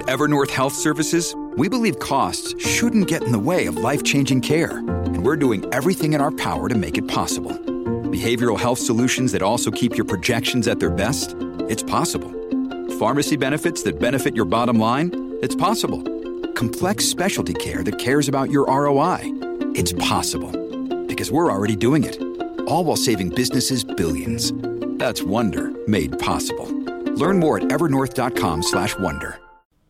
Evernorth Health Services, we believe costs shouldn't get in the way of life-changing care, and we're doing everything in our power to make it possible. Behavioral health solutions that also keep your projections at their best? It's possible. Pharmacy benefits that benefit your bottom line? It's possible. Complex specialty care that cares about your ROI? It's possible. Because we're already doing it. All while saving businesses billions. That's Wonder made possible. Learn more at evernorth.com/wonder.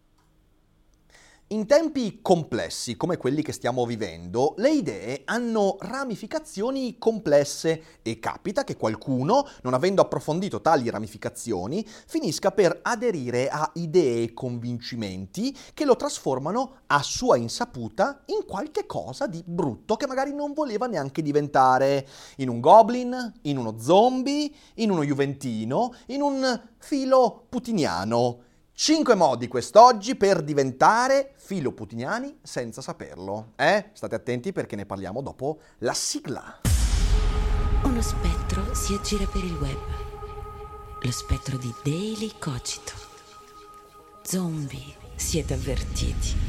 In tempi complessi come quelli che stiamo vivendo, le idee hanno ramificazioni complesse e capita che qualcuno, non avendo approfondito tali ramificazioni, finisca per aderire a idee e convincimenti che lo trasformano a sua insaputa in qualche cosa di brutto che magari non voleva neanche diventare, in un goblin, in uno zombie, in uno juventino, in un filo putiniano. 5 modi quest'oggi per diventare filoputiniani senza saperlo. State attenti perché ne parliamo dopo la sigla. Uno spettro si aggira per il web. Lo spettro di Daily Cogito. Zombie, siete avvertiti.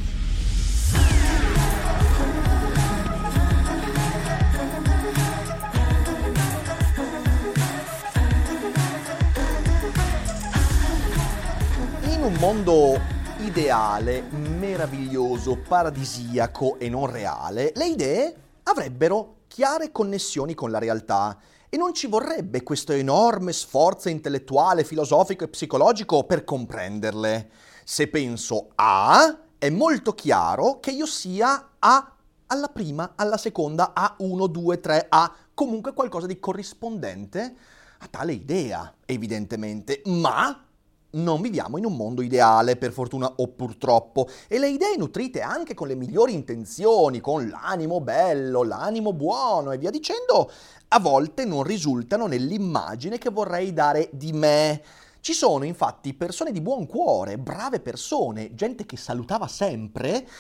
In un mondo ideale, meraviglioso, paradisiaco e non reale, le idee avrebbero chiare connessioni con la realtà e non ci vorrebbe questo enorme sforzo intellettuale, filosofico e psicologico per comprenderle. Se penso A, è molto chiaro che io sia A alla prima, alla seconda, A1, 2, 3, A, comunque qualcosa di corrispondente a tale idea, evidentemente, ma non viviamo in un mondo ideale, per fortuna o purtroppo, e le idee nutrite anche con le migliori intenzioni, con l'animo bello, l'animo buono e via dicendo, a volte non risultano nell'immagine che vorrei dare di me. Ci sono infatti persone di buon cuore, brave persone, gente che salutava sempre,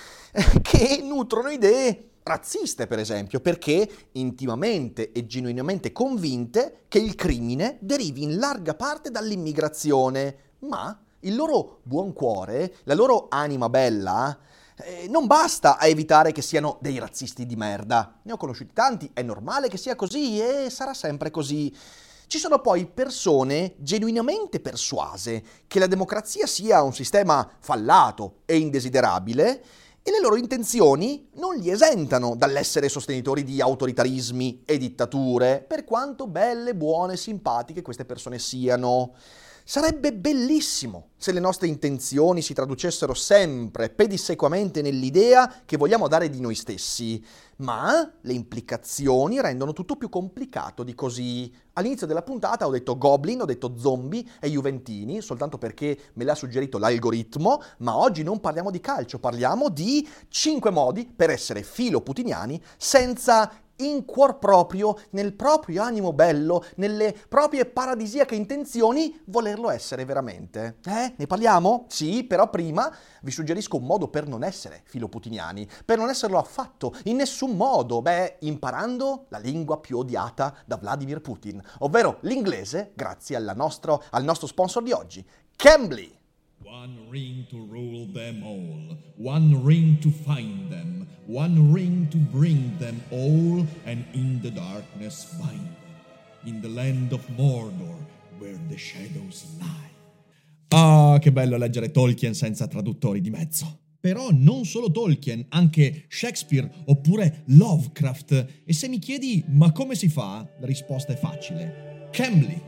che nutrono idee razziste, per esempio, perché intimamente e genuinamente convinte che il crimine derivi in larga parte dall'immigrazione. Ma il loro buon cuore, la loro anima bella, non basta a evitare che siano dei razzisti di merda. Ne ho conosciuti tanti, è normale che sia così e sarà sempre così. Ci sono poi persone genuinamente persuase che la democrazia sia un sistema fallato e indesiderabile e le loro intenzioni non li esentano dall'essere sostenitori di autoritarismi e dittature, per quanto belle, buone, simpatiche queste persone siano. Sarebbe bellissimo se le nostre intenzioni si traducessero sempre pedissequamente nell'idea che vogliamo dare di noi stessi, ma le implicazioni rendono tutto più complicato di così. All'inizio della puntata ho detto goblin, ho detto zombie e juventini, soltanto perché me l'ha suggerito l'algoritmo, ma oggi non parliamo di calcio, parliamo di 5 modi per essere filoputiniani senza in cuor proprio, nel proprio animo bello, nelle proprie paradisiache intenzioni, volerlo essere veramente. Ne parliamo? Sì, però prima vi suggerisco un modo per non essere filoputiniani, per non esserlo affatto, in nessun modo, imparando la lingua più odiata da Vladimir Putin, ovvero l'inglese, grazie al nostro sponsor di oggi, Cambly. One ring to rule them all, one ring to find them, one ring to bring them all, and in the darkness find them, in the land of Mordor, where the shadows lie. Ah, che bello leggere Tolkien senza traduttori di mezzo. Però non solo Tolkien, anche Shakespeare oppure Lovecraft. E se mi chiedi, ma come si fa? La risposta è facile. Cambly.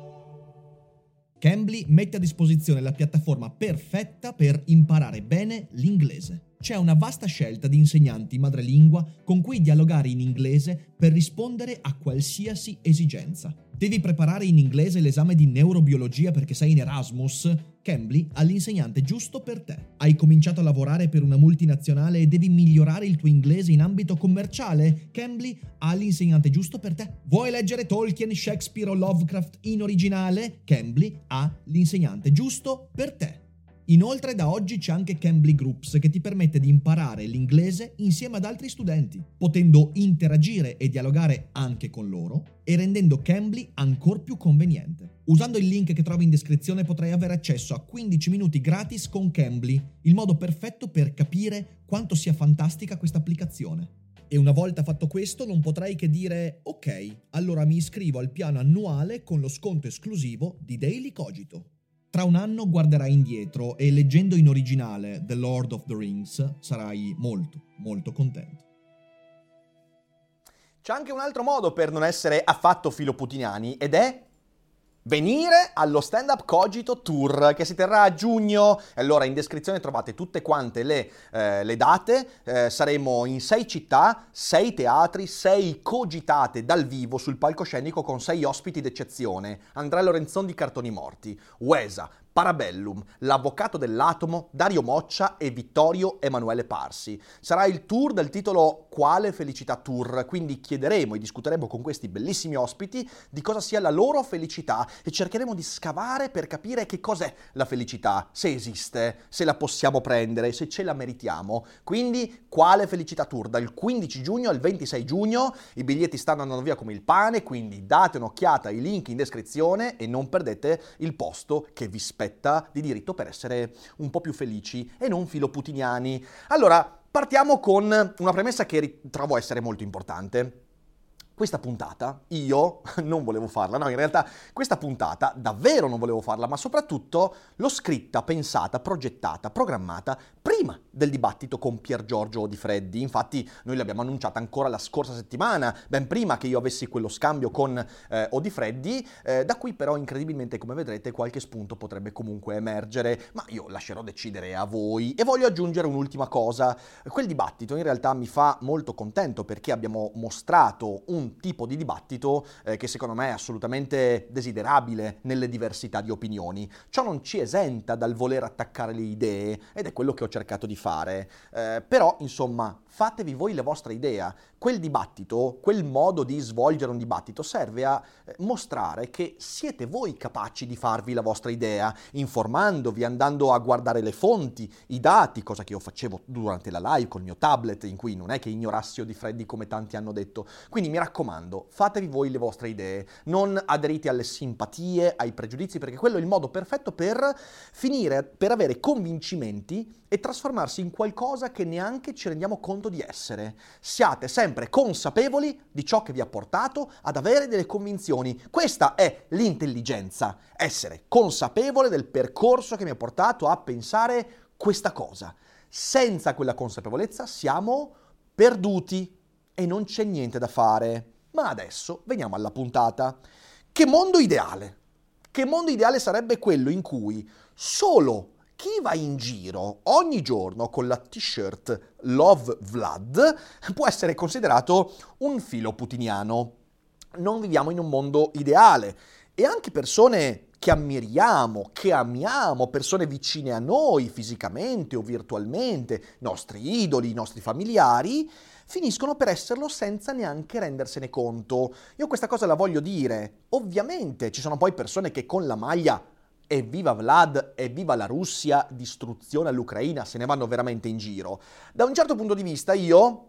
Cambly mette a disposizione la piattaforma perfetta per imparare bene l'inglese. C'è una vasta scelta di insegnanti madrelingua con cui dialogare in inglese per rispondere a qualsiasi esigenza. Devi preparare in inglese l'esame di neurobiologia perché sei in Erasmus? Cambly ha l'insegnante giusto per te. Hai cominciato a lavorare per una multinazionale e devi migliorare il tuo inglese in ambito commerciale? Cambly ha l'insegnante giusto per te. Vuoi leggere Tolkien, Shakespeare o Lovecraft in originale? Cambly ha l'insegnante giusto per te. Inoltre da oggi c'è anche Cambly Groups che ti permette di imparare l'inglese insieme ad altri studenti, potendo interagire e dialogare anche con loro e rendendo Cambly ancora più conveniente. Usando il link che trovi in descrizione potrai avere accesso a 15 minuti gratis con Cambly, il modo perfetto per capire quanto sia fantastica questa applicazione. E una volta fatto questo non potrai che dire ok, allora mi iscrivo al piano annuale con lo sconto esclusivo di Daily Cogito. Tra un anno guarderai indietro e leggendo in originale The Lord of the Rings sarai molto, molto contento. C'è anche un altro modo per non essere affatto filoputiniani ed è venire allo Stand Up Cogito Tour che si terrà a giugno. Allora in descrizione trovate tutte quante le date. Saremo in 6 città, 6 teatri, 6 cogitate dal vivo sul palcoscenico con 6 ospiti d'eccezione: Andrea Lorenzon di Cartoni Morti, Wesa, Parabellum, l'Avvocato dell'Atomo, Dario Moccia e Vittorio Emanuele Parsi. Sarà il tour del titolo Quale felicità tour, quindi chiederemo e discuteremo con questi bellissimi ospiti di cosa sia la loro felicità e cercheremo di scavare per capire che cos'è la felicità, se esiste, se la possiamo prendere, se ce la meritiamo. Quindi Quale felicità tour dal 15 giugno al 26 giugno, i biglietti stanno andando via come il pane, quindi date un'occhiata ai link in descrizione e non perdete il posto che vi spetta di diritto per essere un po' più felici e non filoputiniani. Allora, partiamo con una premessa che trovo essere molto importante. Questa puntata io non volevo farla, no, in realtà questa puntata davvero non volevo farla, ma soprattutto l'ho scritta, pensata, progettata, programmata prima del dibattito con Pier Giorgio Di Freddi. Infatti noi l'abbiamo annunciata ancora la scorsa settimana, ben prima che io avessi quello scambio con Odifreddi, da cui però incredibilmente, come vedrete, qualche spunto potrebbe comunque emergere, ma io lascerò decidere a voi. E voglio aggiungere un'ultima cosa: quel dibattito in realtà mi fa molto contento perché abbiamo mostrato un tipo di dibattito che secondo me è assolutamente desiderabile nelle diversità di opinioni. Ciò non ci esenta dal voler attaccare le idee ed è quello che ho cercato di fare. Però, insomma, fatevi voi le vostre idee. Quel dibattito, quel modo di svolgere un dibattito serve a mostrare che siete voi capaci di farvi la vostra idea, informandovi, andando a guardare le fonti, i dati, cosa che io facevo durante la live col mio tablet, in cui non è che ignorassi Odifreddi come tanti hanno detto. Quindi mi raccomando, fatevi voi le vostre idee, non aderite alle simpatie, ai pregiudizi, perché quello è il modo perfetto per finire, per avere convincimenti e trasformarsi in qualcosa che neanche ci rendiamo conto di essere. Siate sempre consapevoli di ciò che vi ha portato ad avere delle convinzioni. Questa è l'intelligenza, essere consapevole del percorso che mi ha portato a pensare questa cosa. Senza quella consapevolezza siamo perduti e non c'è niente da fare. Ma adesso veniamo alla puntata. Che mondo ideale? Che mondo ideale sarebbe quello in cui solo chi va in giro ogni giorno con la t-shirt Love Vlad può essere considerato un filoputiniano. Non viviamo in un mondo ideale e anche persone che ammiriamo, che amiamo, persone vicine a noi fisicamente o virtualmente, nostri idoli, i nostri familiari, finiscono per esserlo senza neanche rendersene conto. Io questa cosa la voglio dire. Ovviamente ci sono poi persone che con la maglia "Evviva Vlad, evviva la Russia, distruzione all'Ucraina" se ne vanno veramente in giro. Da un certo punto di vista io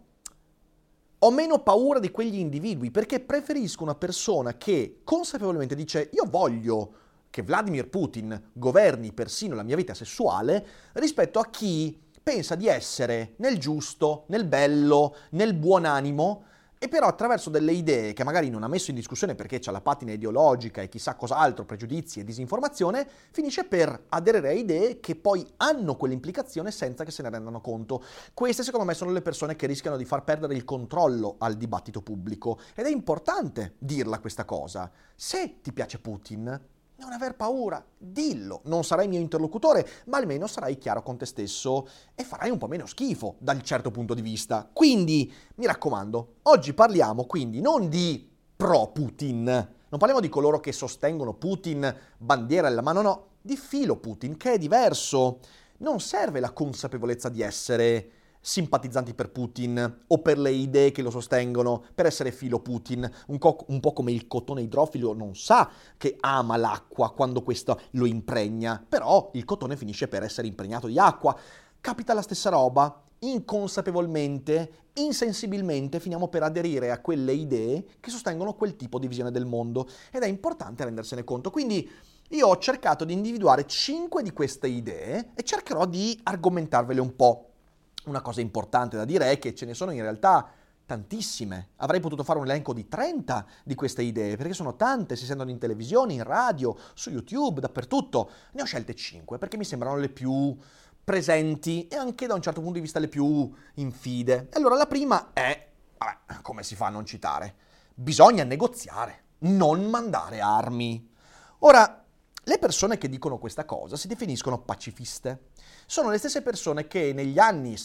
ho meno paura di quegli individui perché preferisco una persona che consapevolmente dice "io voglio che Vladimir Putin governi persino la mia vita sessuale", rispetto a chi pensa di essere nel giusto, nel bello, nel buon animo, e però attraverso delle idee che magari non ha messo in discussione perché c'ha la patina ideologica e chissà cos'altro, pregiudizi e disinformazione, finisce per aderire a idee che poi hanno quell'implicazione senza che se ne rendano conto. Queste secondo me sono le persone che rischiano di far perdere il controllo al dibattito pubblico ed è importante dirla questa cosa. Se ti piace Putin, non aver paura, dillo, non sarai mio interlocutore, ma almeno sarai chiaro con te stesso e farai un po' meno schifo dal certo punto di vista. Quindi, mi raccomando, oggi parliamo quindi non di pro-Putin, non parliamo di coloro che sostengono Putin, bandiera alla mano, no, di filo Putin, che è diverso. Non serve la consapevolezza di essere simpatizzanti per Putin o per le idee che lo sostengono, per essere filo Putin, un po' come il cotone idrofilo non sa che ama l'acqua quando questo lo impregna, però il cotone finisce per essere impregnato di acqua. Capita la stessa roba, inconsapevolmente, insensibilmente finiamo per aderire a quelle idee che sostengono quel tipo di visione del mondo ed è importante rendersene conto. Quindi io ho cercato di individuare 5 di queste idee e cercherò di argomentarvele un po'. Una cosa importante da dire è che ce ne sono in realtà tantissime. Avrei potuto fare un elenco di 30 di queste idee, perché sono tante, si sentono in televisione, in radio, su YouTube, dappertutto. Ne ho scelte 5 perché mi sembrano le più presenti e anche da un certo punto di vista le più infide. Allora la prima è, come si fa a non citare? Bisogna negoziare, non mandare armi. Ora, le persone che dicono questa cosa si definiscono pacifiste. Sono le stesse persone che negli anni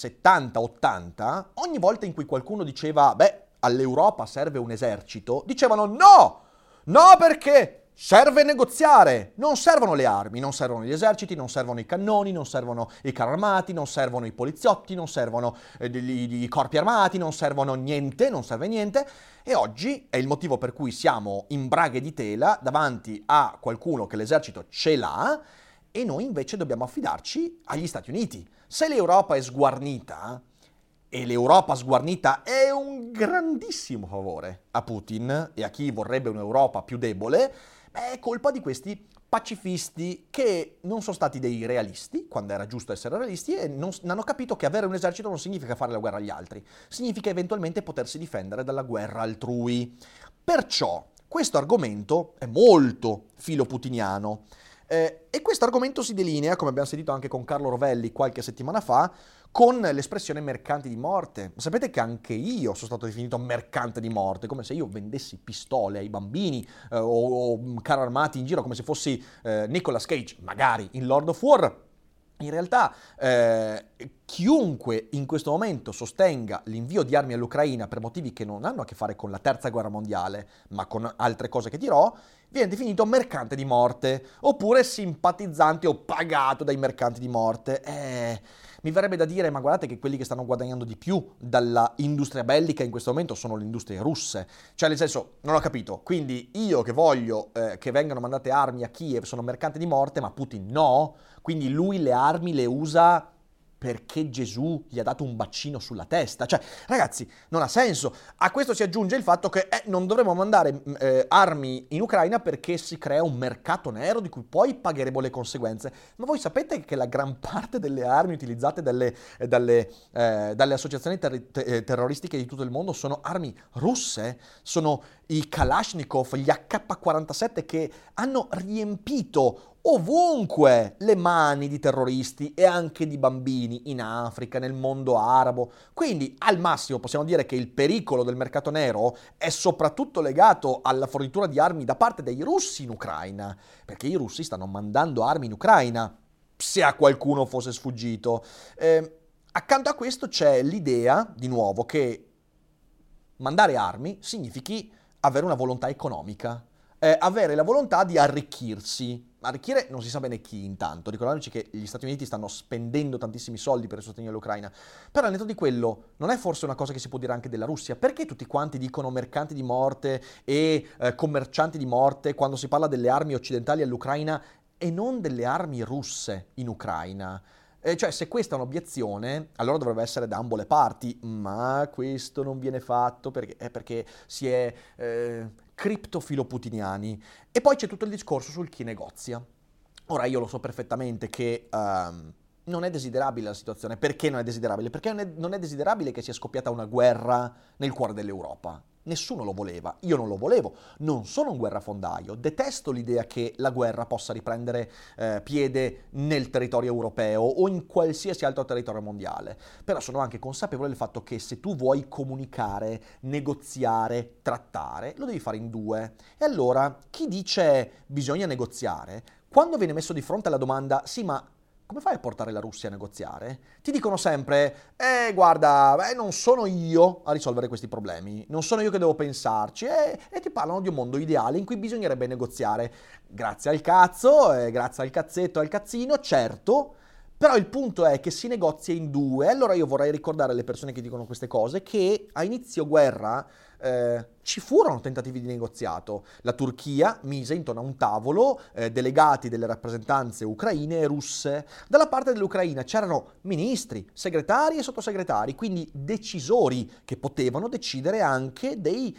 70-80, ogni volta in cui qualcuno diceva, all'Europa serve un esercito, dicevano no perché serve negoziare, non servono le armi, non servono gli eserciti, non servono i cannoni, non servono i carri armati, non servono i poliziotti, non servono i corpi armati, non servono niente, non serve niente. E oggi è il motivo per cui siamo in braghe di tela davanti a qualcuno che l'esercito ce l'ha e noi invece dobbiamo affidarci agli Stati Uniti. Se l'Europa è sguarnita, e l'Europa sguarnita è un grandissimo favore a Putin e a chi vorrebbe un'Europa più debole, è colpa di questi pacifisti che non sono stati dei realisti, quando era giusto essere realisti, e non hanno capito che avere un esercito non significa fare la guerra agli altri, significa eventualmente potersi difendere dalla guerra altrui. Perciò questo argomento è molto filoputiniano. E questo argomento si delinea, come abbiamo sentito anche con Carlo Rovelli qualche settimana fa, con l'espressione mercanti di morte. Sapete che anche io sono stato definito mercante di morte, come se io vendessi pistole ai bambini o carri armati in giro, come se fossi Nicolas Cage, magari in Lord of War. In realtà chiunque in questo momento sostenga l'invio di armi all'Ucraina per motivi che non hanno a che fare con la terza guerra mondiale, ma con altre cose che dirò, viene definito mercante di morte, oppure simpatizzante o pagato dai mercanti di morte. Mi verrebbe da dire, ma guardate che quelli che stanno guadagnando di più dalla industria bellica in questo momento sono le industrie russe. Cioè, nel senso, non ho capito. Quindi io che voglio che vengano mandate armi a Kiev sono mercante di morte, ma Putin no? Quindi lui le armi le usa perché Gesù gli ha dato un bacino sulla testa. Cioè, ragazzi, non ha senso. A questo si aggiunge il fatto che non dovremmo mandare armi in Ucraina perché si crea un mercato nero di cui poi pagheremo le conseguenze. Ma voi sapete che la gran parte delle armi utilizzate dalle associazioni terroristiche di tutto il mondo sono armi russe? Sono i Kalashnikov, gli AK-47 che hanno riempito ovunque le mani di terroristi e anche di bambini in Africa, nel mondo arabo. Quindi al massimo possiamo dire che il pericolo del mercato nero è soprattutto legato alla fornitura di armi da parte dei russi in Ucraina, perché i russi stanno mandando armi in Ucraina, se a qualcuno fosse sfuggito. Accanto a questo c'è l'idea, di nuovo, che mandare armi significhi avere una volontà economica, avere la volontà di arricchirsi. Arricchire non si sa bene chi intanto, ricordiamoci che gli Stati Uniti stanno spendendo tantissimi soldi per il sostegno all'Ucraina, però al netto di quello non è forse una cosa che si può dire anche della Russia? Perché tutti quanti dicono mercanti di morte e commercianti di morte quando si parla delle armi occidentali all'Ucraina e non delle armi russe in Ucraina? Cioè, se questa è un'obiezione, allora dovrebbe essere da ambo le parti, ma questo non viene fatto perché si è criptofiloputiniani. E poi c'è tutto il discorso sul chi negozia. Ora io lo so perfettamente che non è desiderabile la situazione. Perché non è desiderabile? Perché non è desiderabile che sia scoppiata una guerra nel cuore dell'Europa. Nessuno lo voleva, io non lo volevo, non sono un guerrafondaio, detesto l'idea che la guerra possa riprendere piede nel territorio europeo o in qualsiasi altro territorio mondiale, però sono anche consapevole del fatto che se tu vuoi comunicare, negoziare, trattare, lo devi fare in due. E allora chi dice bisogna negoziare, quando viene messo di fronte alla domanda sì ma come fai a portare la Russia a negoziare? Ti dicono sempre, guarda, non sono io a risolvere questi problemi, non sono io che devo pensarci, e ti parlano di un mondo ideale in cui bisognerebbe negoziare grazie al cazzo, grazie al cazzetto, al cazzino, certo, Però il punto è che si negozia in due. Allora io vorrei ricordare alle persone che dicono queste cose che a inizio guerra ci furono tentativi di negoziato. La Turchia mise intorno a un tavolo delegati delle rappresentanze ucraine e russe. Dalla parte dell'Ucraina c'erano ministri, segretari e sottosegretari, quindi decisori che potevano decidere anche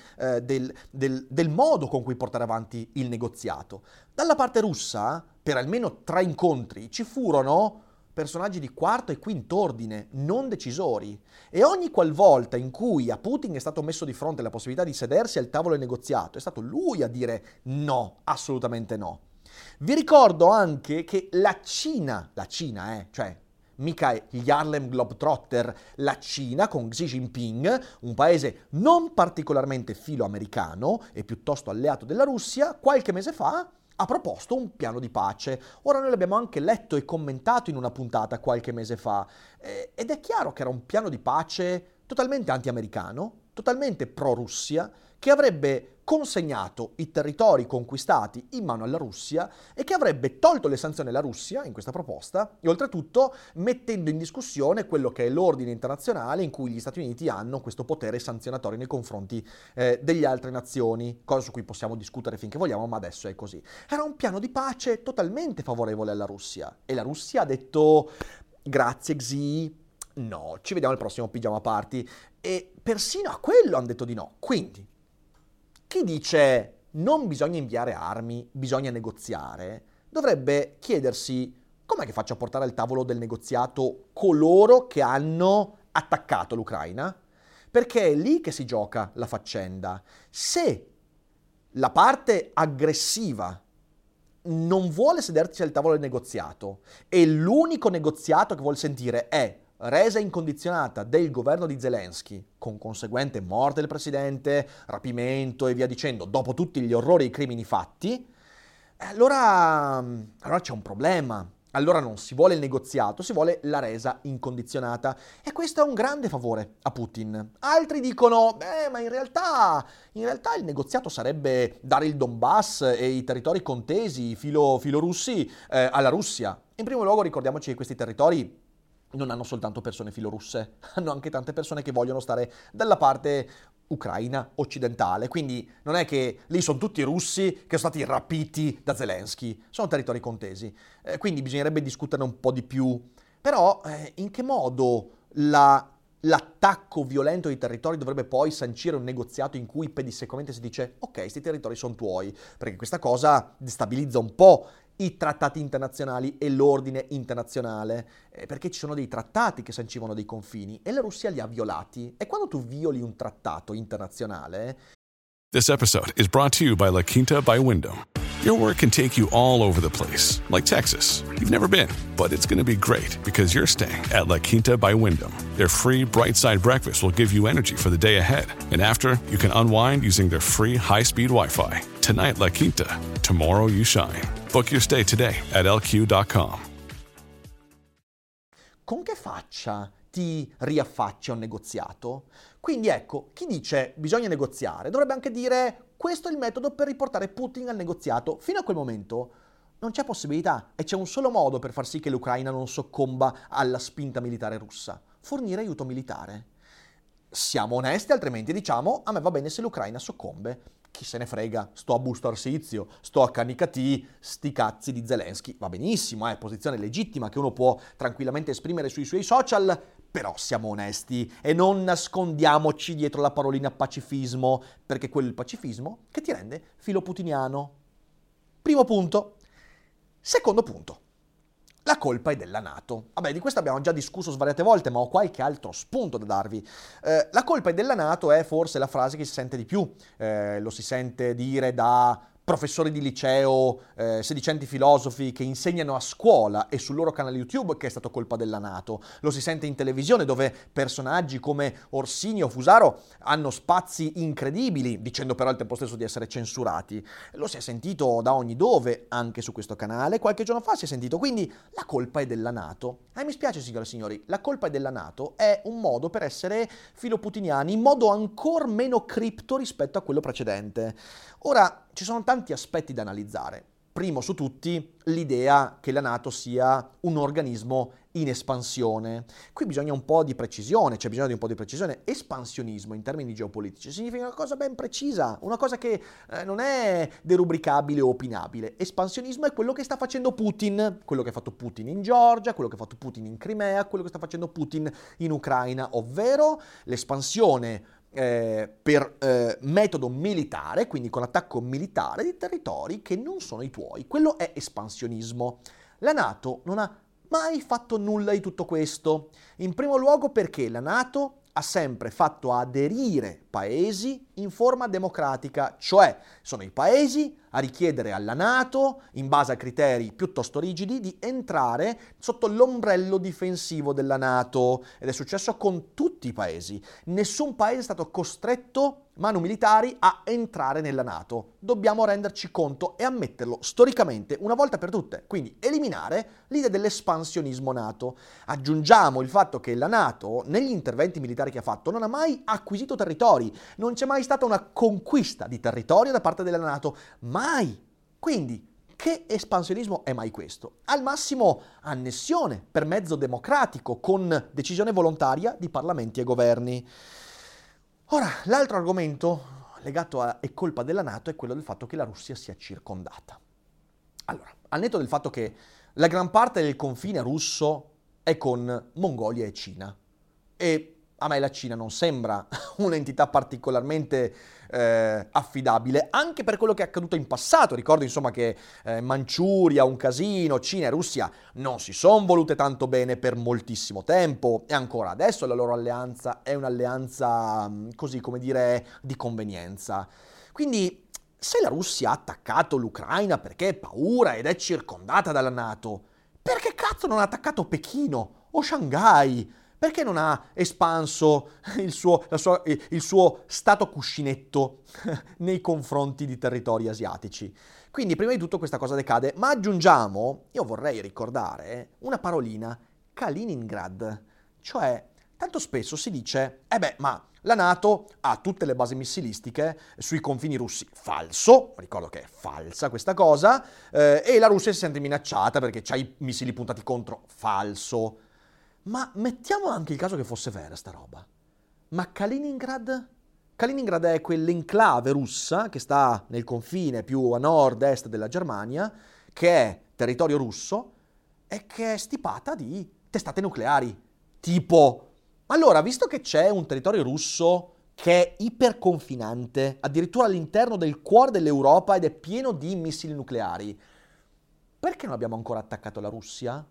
del modo con cui portare avanti il negoziato. Dalla parte russa, per almeno 3 incontri, ci furono personaggi di quarto e quinto ordine, non decisori. E ogni qualvolta in cui a Putin è stato messo di fronte la possibilità di sedersi al tavolo del negoziato, è stato lui a dire no, assolutamente no. Vi ricordo anche che la Cina, cioè mica gli Harlem Globetrotter, la Cina con Xi Jinping, un paese non particolarmente filo-americano e piuttosto alleato della Russia, qualche mese fa ha proposto un piano di pace. Ora noi l'abbiamo anche letto e commentato in una puntata qualche mese fa ed è chiaro che era un piano di pace totalmente anti-americano, totalmente pro-Russia, che avrebbe consegnato i territori conquistati in mano alla Russia e che avrebbe tolto le sanzioni alla Russia in questa proposta e oltretutto mettendo in discussione quello che è l'ordine internazionale in cui gli Stati Uniti hanno questo potere sanzionatorio nei confronti delle altre nazioni, cosa su cui possiamo discutere finché vogliamo, ma adesso è così. Era un piano di pace totalmente favorevole alla Russia e la Russia ha detto grazie Xi, no, ci vediamo al prossimo pigiama party e persino a quello hanno detto di no. Quindi chi dice non bisogna inviare armi, bisogna negoziare, dovrebbe chiedersi com'è che faccio a portare al tavolo del negoziato coloro che hanno attaccato l'Ucraina? Perché è lì che si gioca la faccenda. Se la parte aggressiva non vuole sedersi al tavolo del negoziato e l'unico negoziato che vuol sentire è resa incondizionata del governo di Zelensky, con conseguente morte del presidente, rapimento e via dicendo, dopo tutti gli orrori e i crimini fatti, allora c'è un problema. Allora non si vuole il negoziato, si vuole la resa incondizionata. E questo è un grande favore a Putin. Altri dicono, ma in realtà il negoziato sarebbe dare il Donbass e i territori contesi, filorussi, alla Russia. In primo luogo ricordiamoci che questi territori non hanno soltanto persone filorusse, hanno anche tante persone che vogliono stare dalla parte ucraina occidentale, quindi non è che lì sono tutti russi che sono stati rapiti da Zelensky, sono territori contesi, quindi bisognerebbe discutere un po' di più, però in che modo l'attacco violento ai territori dovrebbe poi sancire un negoziato in cui pedissequamente si dice ok, questi territori sono tuoi, perché questa cosa destabilizza un po' i trattati internazionali e l'ordine internazionale, perché ci sono dei trattati che sancivano dei confini e la Russia li ha violati. E quando tu violi un trattato internazionale... This episode is brought to you by La Quinta by Wyndham. Your work can take you all over the place, like Texas. You've never been, but it's going to be great because you're staying at La Quinta by Wyndham. Their free Bright Side breakfast will give you energy for the day ahead. And after, you can unwind using their free high-speed Wi-Fi. Tonight, La Quinta. Tomorrow, you shine. Book your stay today at lq.com. Con che faccia ti riaffacci a un negoziato? Quindi ecco, chi dice bisogna negoziare dovrebbe anche dire questo è il metodo per riportare Putin al negoziato. Fino a quel momento non c'è possibilità e c'è un solo modo per far sì che l'Ucraina non soccomba alla spinta militare russa: fornire aiuto militare. Siamo onesti, altrimenti diciamo a me va bene se l'Ucraina soccombe. Chi se ne frega, sto a Busto Arsizio, sto a Canicattì, sti cazzi di Zelensky. Va benissimo, è posizione legittima che uno può tranquillamente esprimere sui suoi social, però siamo onesti e non nascondiamoci dietro la parolina pacifismo, perché quello è il pacifismo che ti rende filoputiniano. Primo punto. Secondo punto. La colpa è della NATO. Vabbè, di questo abbiamo già discusso svariate volte, ma ho qualche altro spunto da darvi. La colpa è della NATO è forse la frase che si sente di più. Lo si sente dire da professori di liceo, sedicenti filosofi che insegnano a scuola e sul loro canale YouTube che è stato colpa della NATO. Lo si sente in televisione dove personaggi come Orsini o Fusaro hanno spazi incredibili, dicendo però al tempo stesso di essere censurati. Lo si è sentito da ogni dove, anche su questo canale, qualche giorno fa si è sentito, quindi la colpa è della NATO. Mi spiace signore e signori, la colpa è della NATO è un modo per essere filoputiniani, in modo ancora meno cripto rispetto a quello precedente. Ora, ci sono tanti aspetti da analizzare. primo su tutti, l'idea che la NATO sia un organismo in espansione. Qui bisogna un po' di precisione, c'è bisogno di un po' di precisione. Espansionismo in termini geopolitici significa una cosa ben precisa, una cosa che non è derubricabile o opinabile. Espansionismo è quello che sta facendo Putin, quello che ha fatto Putin in Georgia, quello che ha fatto Putin in Crimea, quello che sta facendo Putin in Ucraina, ovvero l'espansione per metodo militare, quindi con attacco militare di territori che non sono i tuoi. Quello è espansionismo. La NATO non ha mai fatto nulla di tutto questo. In primo luogo perché la NATO ha sempre fatto aderire paesi in forma democratica, cioè sono i paesi a richiedere alla NATO, in base a criteri piuttosto rigidi, di entrare sotto l'ombrello difensivo della NATO. Ed è successo con tutti i paesi. Nessun paese è stato costretto, manu militari, a entrare nella NATO. Dobbiamo renderci conto e ammetterlo storicamente una volta per tutte. Quindi eliminare l'idea dell'espansionismo NATO. Aggiungiamo il fatto che la NATO, negli interventi militari che ha fatto, non ha mai acquisito territori. Non c'è mai stata una conquista di territorio da parte della NATO. Mai! Quindi, che espansionismo è mai questo? Al massimo annessione per mezzo democratico con decisione volontaria di parlamenti e governi. Ora, l'altro argomento legato a è colpa della NATO è quello del fatto che la Russia sia circondata. Allora, al netto del fatto che la gran parte del confine russo è con Mongolia e Cina, e a me la Cina non sembra un'entità particolarmente affidabile, anche per quello che è accaduto in passato. Ricordo insomma che Manciuria, un casino, Cina e Russia non si sono volute tanto bene per moltissimo tempo, e ancora adesso la loro alleanza è un'alleanza, così come dire, di convenienza. Quindi, se la Russia ha attaccato l'Ucraina perché ha paura ed è circondata dalla NATO, perché cazzo non ha attaccato Pechino o Shanghai? Perché non ha espanso il suo stato cuscinetto nei confronti di territori asiatici? Quindi, prima di tutto, questa cosa decade. Ma aggiungiamo, io vorrei ricordare una parolina, Kaliningrad. Cioè, tanto spesso si dice, ma la NATO ha tutte le basi missilistiche sui confini russi. Falso, ricordo che è falsa questa cosa, e la Russia si sente minacciata perché c'ha i missili puntati contro. Falso. Ma mettiamo anche il caso che fosse vera sta roba. Ma Kaliningrad? Kaliningrad è quell'enclave russa che sta nel confine più a nord-est della Germania, che è territorio russo e che è stipata di testate nucleari. Tipo, allora, visto che c'è un territorio russo che è iperconfinante, addirittura all'interno del cuore dell'Europa ed è pieno di missili nucleari, perché non abbiamo ancora attaccato la Russia?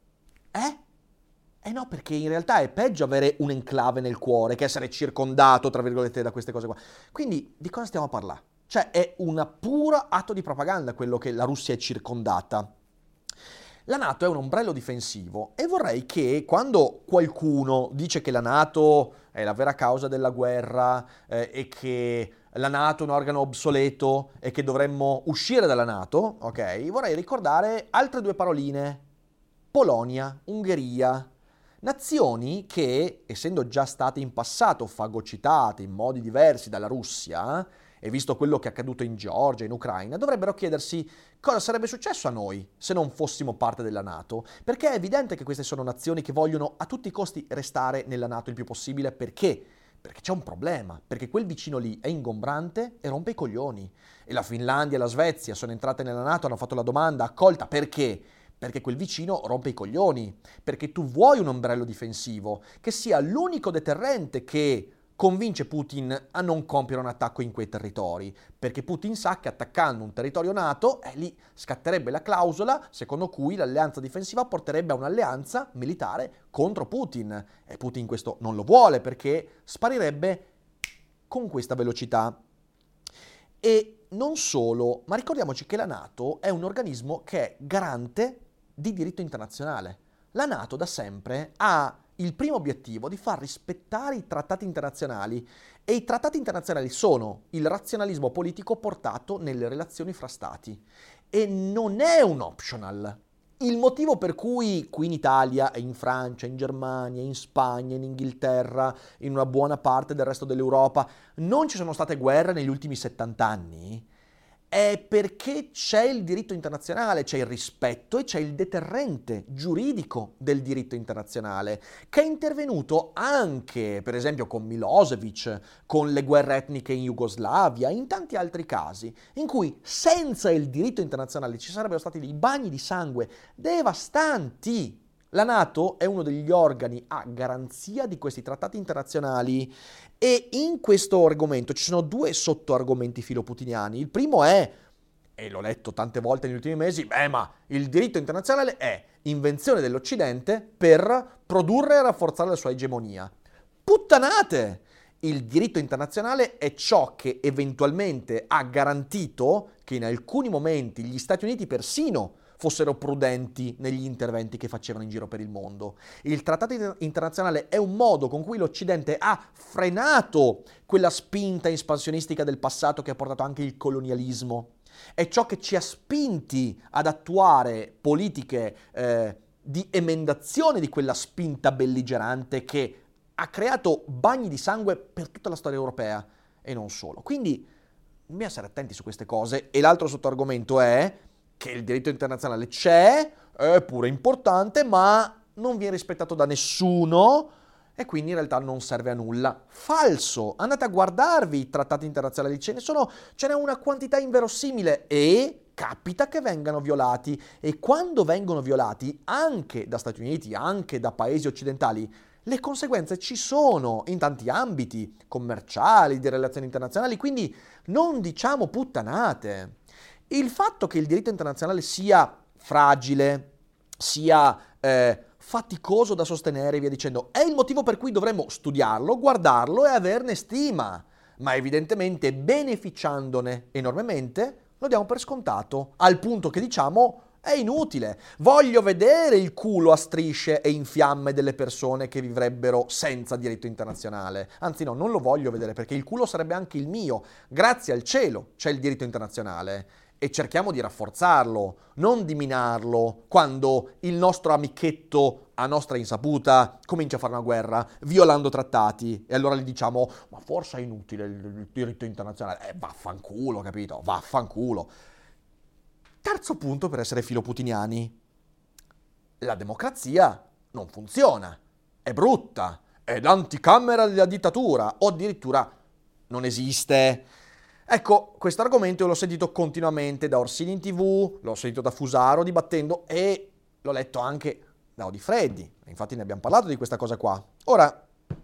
No, perché in realtà è peggio avere un enclave nel cuore che essere circondato, tra virgolette, da queste cose qua. Quindi, di cosa stiamo a parlare? Cioè, è un puro atto di propaganda quello che la Russia è circondata. La NATO è un ombrello difensivo e vorrei che quando qualcuno dice che la NATO è la vera causa della guerra e che la NATO è un organo obsoleto e che dovremmo uscire dalla NATO, ok? Vorrei ricordare altre due paroline. Polonia, Ungheria. Nazioni che, essendo già state in passato fagocitate in modi diversi dalla Russia, e visto quello che è accaduto in Georgia e in Ucraina, dovrebbero chiedersi cosa sarebbe successo a noi se non fossimo parte della NATO, perché è evidente che queste sono nazioni che vogliono a tutti i costi restare nella NATO il più possibile. Perché? Perché c'è un problema, perché quel vicino lì è ingombrante e rompe i coglioni. E la Finlandia e la Svezia sono entrate nella NATO, hanno fatto la domanda, accolta, perché? Perché quel vicino rompe i coglioni, perché tu vuoi un ombrello difensivo che sia l'unico deterrente che convince Putin a non compiere un attacco in quei territori, perché Putin sa che attaccando un territorio NATO, lì scatterebbe la clausola secondo cui l'alleanza difensiva porterebbe a un'alleanza militare contro Putin, e Putin questo non lo vuole perché sparirebbe con questa velocità. E non solo, ma ricordiamoci che la NATO è un organismo che è garante di diritto internazionale. La NATO da sempre ha il primo obiettivo di far rispettare i trattati internazionali, e i trattati internazionali sono il razionalismo politico portato nelle relazioni fra stati e non è un optional. Il motivo per cui qui in Italia e in Francia, in Germania, in Spagna, in Inghilterra, in una buona parte del resto dell'Europa non ci sono state guerre negli ultimi 70 anni è perché c'è il diritto internazionale, c'è il rispetto e c'è il deterrente giuridico del diritto internazionale, che è intervenuto anche, per esempio, con Milosevic, con le guerre etniche in Jugoslavia, in tanti altri casi, in cui senza il diritto internazionale ci sarebbero stati dei bagni di sangue devastanti. La NATO è uno degli organi a garanzia di questi trattati internazionali e in questo argomento ci sono due sottoargomenti filoputiniani. Il primo è, e l'ho letto tante volte negli ultimi mesi, ma il diritto internazionale è invenzione dell'Occidente per produrre e rafforzare la sua egemonia. Puttanate! Il diritto internazionale è ciò che eventualmente ha garantito che in alcuni momenti gli Stati Uniti persino fossero prudenti negli interventi che facevano in giro per il mondo. Il trattato internazionale è un modo con cui l'Occidente ha frenato quella spinta espansionistica del passato che ha portato anche il colonialismo. È ciò che ci ha spinti ad attuare politiche di emendazione di quella spinta belligerante che ha creato bagni di sangue per tutta la storia europea e non solo. Quindi bisogna essere attenti su queste cose. E l'altro sottoargomento è che il diritto internazionale c'è, è pure importante, ma non viene rispettato da nessuno e quindi in realtà non serve a nulla. Falso! Andate a guardarvi i trattati internazionali, ce n'è una quantità inverosimile e capita che vengano violati. E quando vengono violati, anche da Stati Uniti, anche da paesi occidentali, le conseguenze ci sono in tanti ambiti, commerciali, di relazioni internazionali, quindi non diciamo puttanate. Il fatto che il diritto internazionale sia fragile, sia faticoso da sostenere e via dicendo, è il motivo per cui dovremmo studiarlo, guardarlo e averne stima, ma evidentemente beneficiandone enormemente lo diamo per scontato, al punto che diciamo è inutile. Voglio vedere il culo a strisce e in fiamme delle persone che vivrebbero senza diritto internazionale. Anzi no, non lo voglio vedere perché il culo sarebbe anche il mio. Grazie al cielo c'è il diritto internazionale. E cerchiamo di rafforzarlo, non di minarlo, quando il nostro amichetto, a nostra insaputa, comincia a fare una guerra, violando trattati, e allora gli diciamo, ma forse è inutile il diritto internazionale. Vaffanculo, capito? Vaffanculo. Terzo punto per essere filoputiniani. La democrazia non funziona, è brutta, è l'anticamera della dittatura, o addirittura non esiste. Ecco, questo argomento io l'ho sentito continuamente da Orsini in TV, l'ho sentito da Fusaro dibattendo e l'ho letto anche da Odifreddi. Infatti ne abbiamo parlato di questa cosa qua. Ora,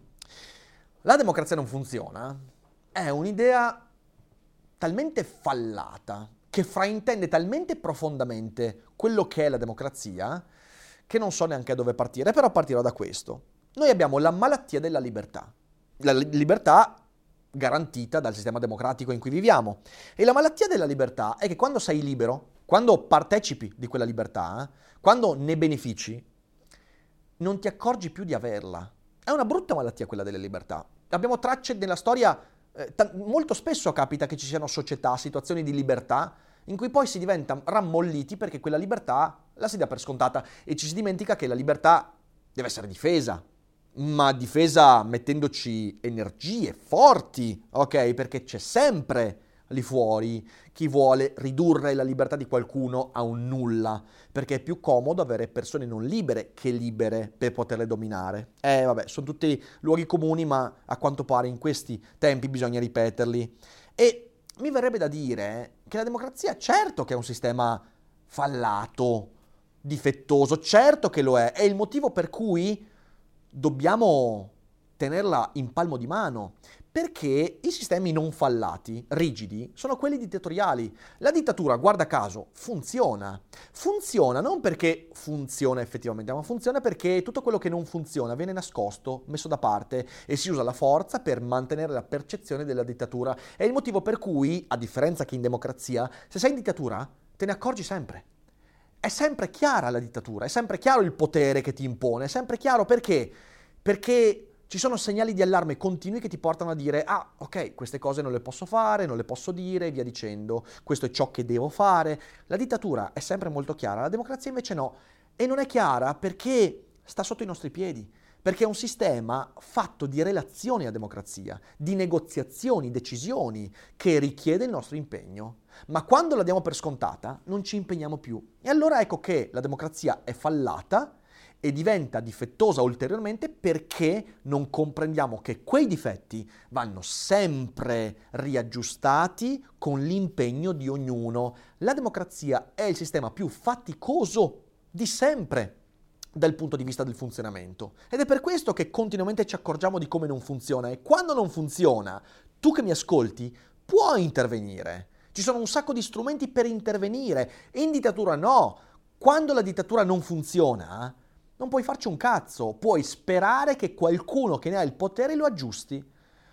la democrazia non funziona è un'idea talmente fallata che fraintende talmente profondamente quello che è la democrazia che non so neanche a dove partire, però partirò da questo. Noi abbiamo la malattia della libertà. La libertà garantita dal sistema democratico in cui viviamo. E la malattia della libertà è che quando sei libero, quando partecipi di quella libertà, quando ne benefici, non ti accorgi più di averla. È una brutta malattia quella della libertà. Abbiamo tracce nella storia, molto spesso capita che ci siano società, situazioni di libertà, in cui poi si diventa rammolliti perché quella libertà la si dà per scontata e ci si dimentica che la libertà deve essere difesa. Ma difesa mettendoci energie forti, ok? Perché c'è sempre lì fuori chi vuole ridurre la libertà di qualcuno a un nulla, perché è più comodo avere persone non libere che libere per poterle dominare. Vabbè, sono tutti luoghi comuni, ma a quanto pare in questi tempi bisogna ripeterli. E mi verrebbe da dire che la democrazia, certo che è un sistema fallato, difettoso, certo che lo è il motivo per cui dobbiamo tenerla in palmo di mano, perché i sistemi non fallati, rigidi, sono quelli dittatoriali. La dittatura, guarda caso, funziona. Funziona non perché funziona effettivamente, ma funziona perché tutto quello che non funziona viene nascosto, messo da parte e si usa la forza per mantenere la percezione della dittatura. È il motivo per cui, a differenza che in democrazia, se sei in dittatura, te ne accorgi sempre. È sempre chiara la dittatura, è sempre chiaro il potere che ti impone, è sempre chiaro perché? Perché ci sono segnali di allarme continui che ti portano a dire ok, queste cose non le posso fare, non le posso dire, e via dicendo, questo è ciò che devo fare. La dittatura è sempre molto chiara, la democrazia invece no. E non è chiara perché sta sotto i nostri piedi, perché è un sistema fatto di relazioni a democrazia, di negoziazioni, decisioni, che richiede il nostro impegno. Ma quando la diamo per scontata, non ci impegniamo più. E allora ecco che la democrazia è fallata e diventa difettosa ulteriormente perché non comprendiamo che quei difetti vanno sempre riaggiustati con l'impegno di ognuno. La democrazia è il sistema più faticoso di sempre dal punto di vista del funzionamento. Ed è per questo che continuamente ci accorgiamo di come non funziona. E quando non funziona, tu che mi ascolti, puoi intervenire. Ci sono un sacco di strumenti per intervenire. In dittatura no. Quando la dittatura non funziona, non puoi farci un cazzo. Puoi sperare che qualcuno che ne ha il potere lo aggiusti.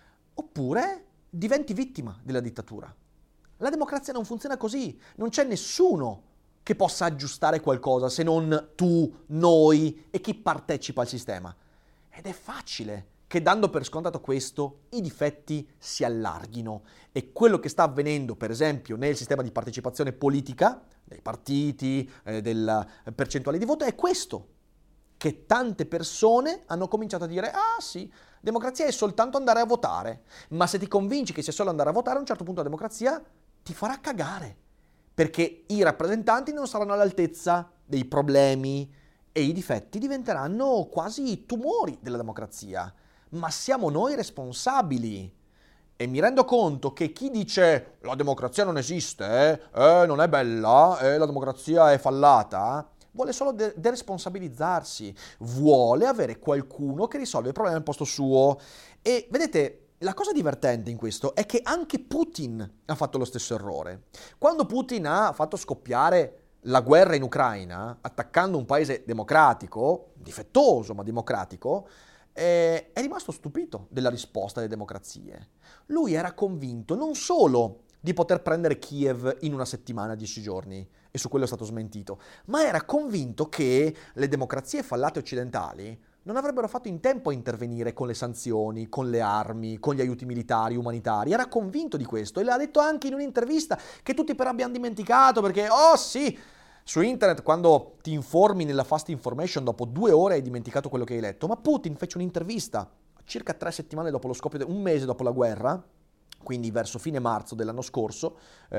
Oppure diventi vittima della dittatura. La democrazia non funziona così. Non c'è nessuno che possa aggiustare qualcosa se non tu, noi e chi partecipa al sistema. Ed è facile che dando per scontato questo i difetti si allarghino e quello che sta avvenendo per esempio nel sistema di partecipazione politica, dei partiti, della percentuale di voto è questo, che tante persone hanno cominciato a dire ah sì, democrazia è soltanto andare a votare, ma se ti convinci che sia solo andare a votare a un certo punto la democrazia ti farà cagare. Perché i rappresentanti non saranno all'altezza dei problemi e i difetti diventeranno quasi tumori della democrazia. Ma siamo noi responsabili. E mi rendo conto che chi dice la democrazia non esiste, non è bella, la democrazia è fallata, vuole solo deresponsabilizzarsi, vuole avere qualcuno che risolve il problema al posto suo. E vedete, la cosa divertente in questo è che anche Putin ha fatto lo stesso errore. Quando Putin ha fatto scoppiare la guerra in Ucraina, attaccando un paese democratico, difettoso ma democratico, è rimasto stupito della risposta delle democrazie. Lui era convinto non solo di poter prendere Kiev in una settimana, 10 giorni, e su quello è stato smentito, ma era convinto che le democrazie fallate occidentali non avrebbero fatto in tempo a intervenire con le sanzioni, con le armi, con gli aiuti militari, umanitari. Era convinto di questo e l'ha detto anche in un'intervista che tutti però abbiamo dimenticato perché, oh sì, su internet quando ti informi nella fast information dopo 2 ore hai dimenticato quello che hai letto. Ma Putin fece un'intervista circa 3 settimane dopo lo scoppio, un mese dopo la guerra, quindi verso fine marzo dell'anno scorso,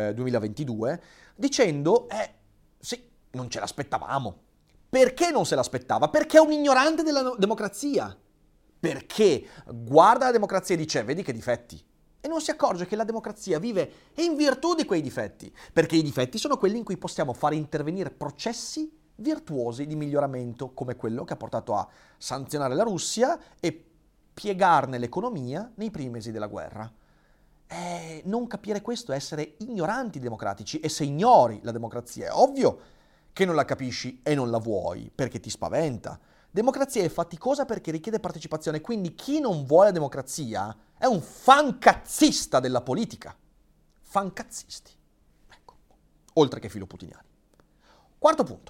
2022, dicendo, sì, non ce l'aspettavamo. Perché non se l'aspettava? Perché è un ignorante della democrazia. Perché guarda la democrazia e dice, vedi che difetti. E non si accorge che la democrazia vive in virtù di quei difetti. Perché i difetti sono quelli in cui possiamo fare intervenire processi virtuosi di miglioramento, come quello che ha portato a sanzionare la Russia e piegarne l'economia nei primi mesi della guerra. Non capire questo è essere ignoranti democratici. E se ignori la democrazia, è ovvio che non la capisci e non la vuoi, perché ti spaventa. Democrazia è faticosa perché richiede partecipazione, quindi chi non vuole democrazia è un fancazzista della politica. Fancazzisti. Ecco, oltre che filoputiniani. Quarto punto.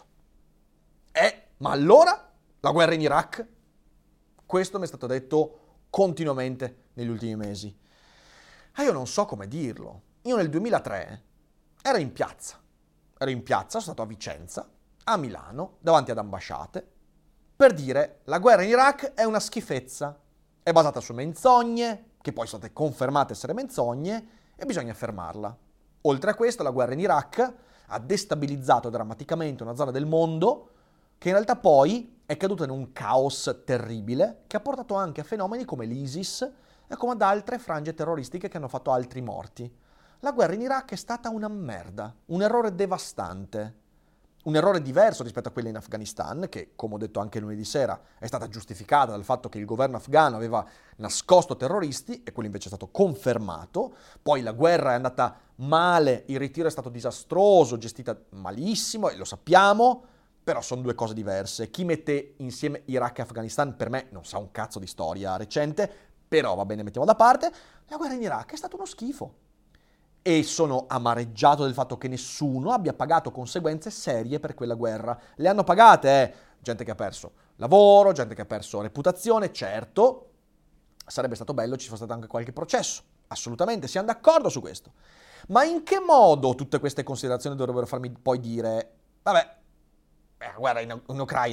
Ma allora la guerra in Iraq? Questo mi è stato detto continuamente negli ultimi mesi. Io non so come dirlo. Io nel 2003 ero in piazza, sono stato a Vicenza, a Milano, davanti ad ambasciate, per dire la guerra in Iraq è una schifezza, è basata su menzogne, che poi sono state confermate essere menzogne, e bisogna fermarla. Oltre a questo, la guerra in Iraq ha destabilizzato drammaticamente una zona del mondo che in realtà poi è caduta in un caos terribile che ha portato anche a fenomeni come l'ISIS e come ad altre frange terroristiche che hanno fatto altri morti. La guerra in Iraq è stata una merda, un errore devastante, un errore diverso rispetto a quella in Afghanistan, che, come ho detto anche lunedì sera, è stata giustificata dal fatto che il governo afghano aveva nascosto terroristi, e quello invece è stato confermato. Poi la guerra è andata male, il ritiro è stato disastroso, gestita malissimo, e lo sappiamo, però sono 2 cose diverse. Chi mette insieme Iraq e Afghanistan, per me, non sa un cazzo di storia recente, però va bene, mettiamo da parte. La guerra in Iraq è stato uno schifo. E sono amareggiato del fatto che nessuno abbia pagato conseguenze serie per quella guerra. Le hanno pagate, gente che ha perso lavoro, gente che ha perso reputazione, certo, sarebbe stato bello ci fosse stato anche qualche processo, assolutamente, siamo d'accordo su questo. Ma in che modo tutte queste considerazioni dovrebbero farmi poi dire, vabbè, la guerra in Ucraina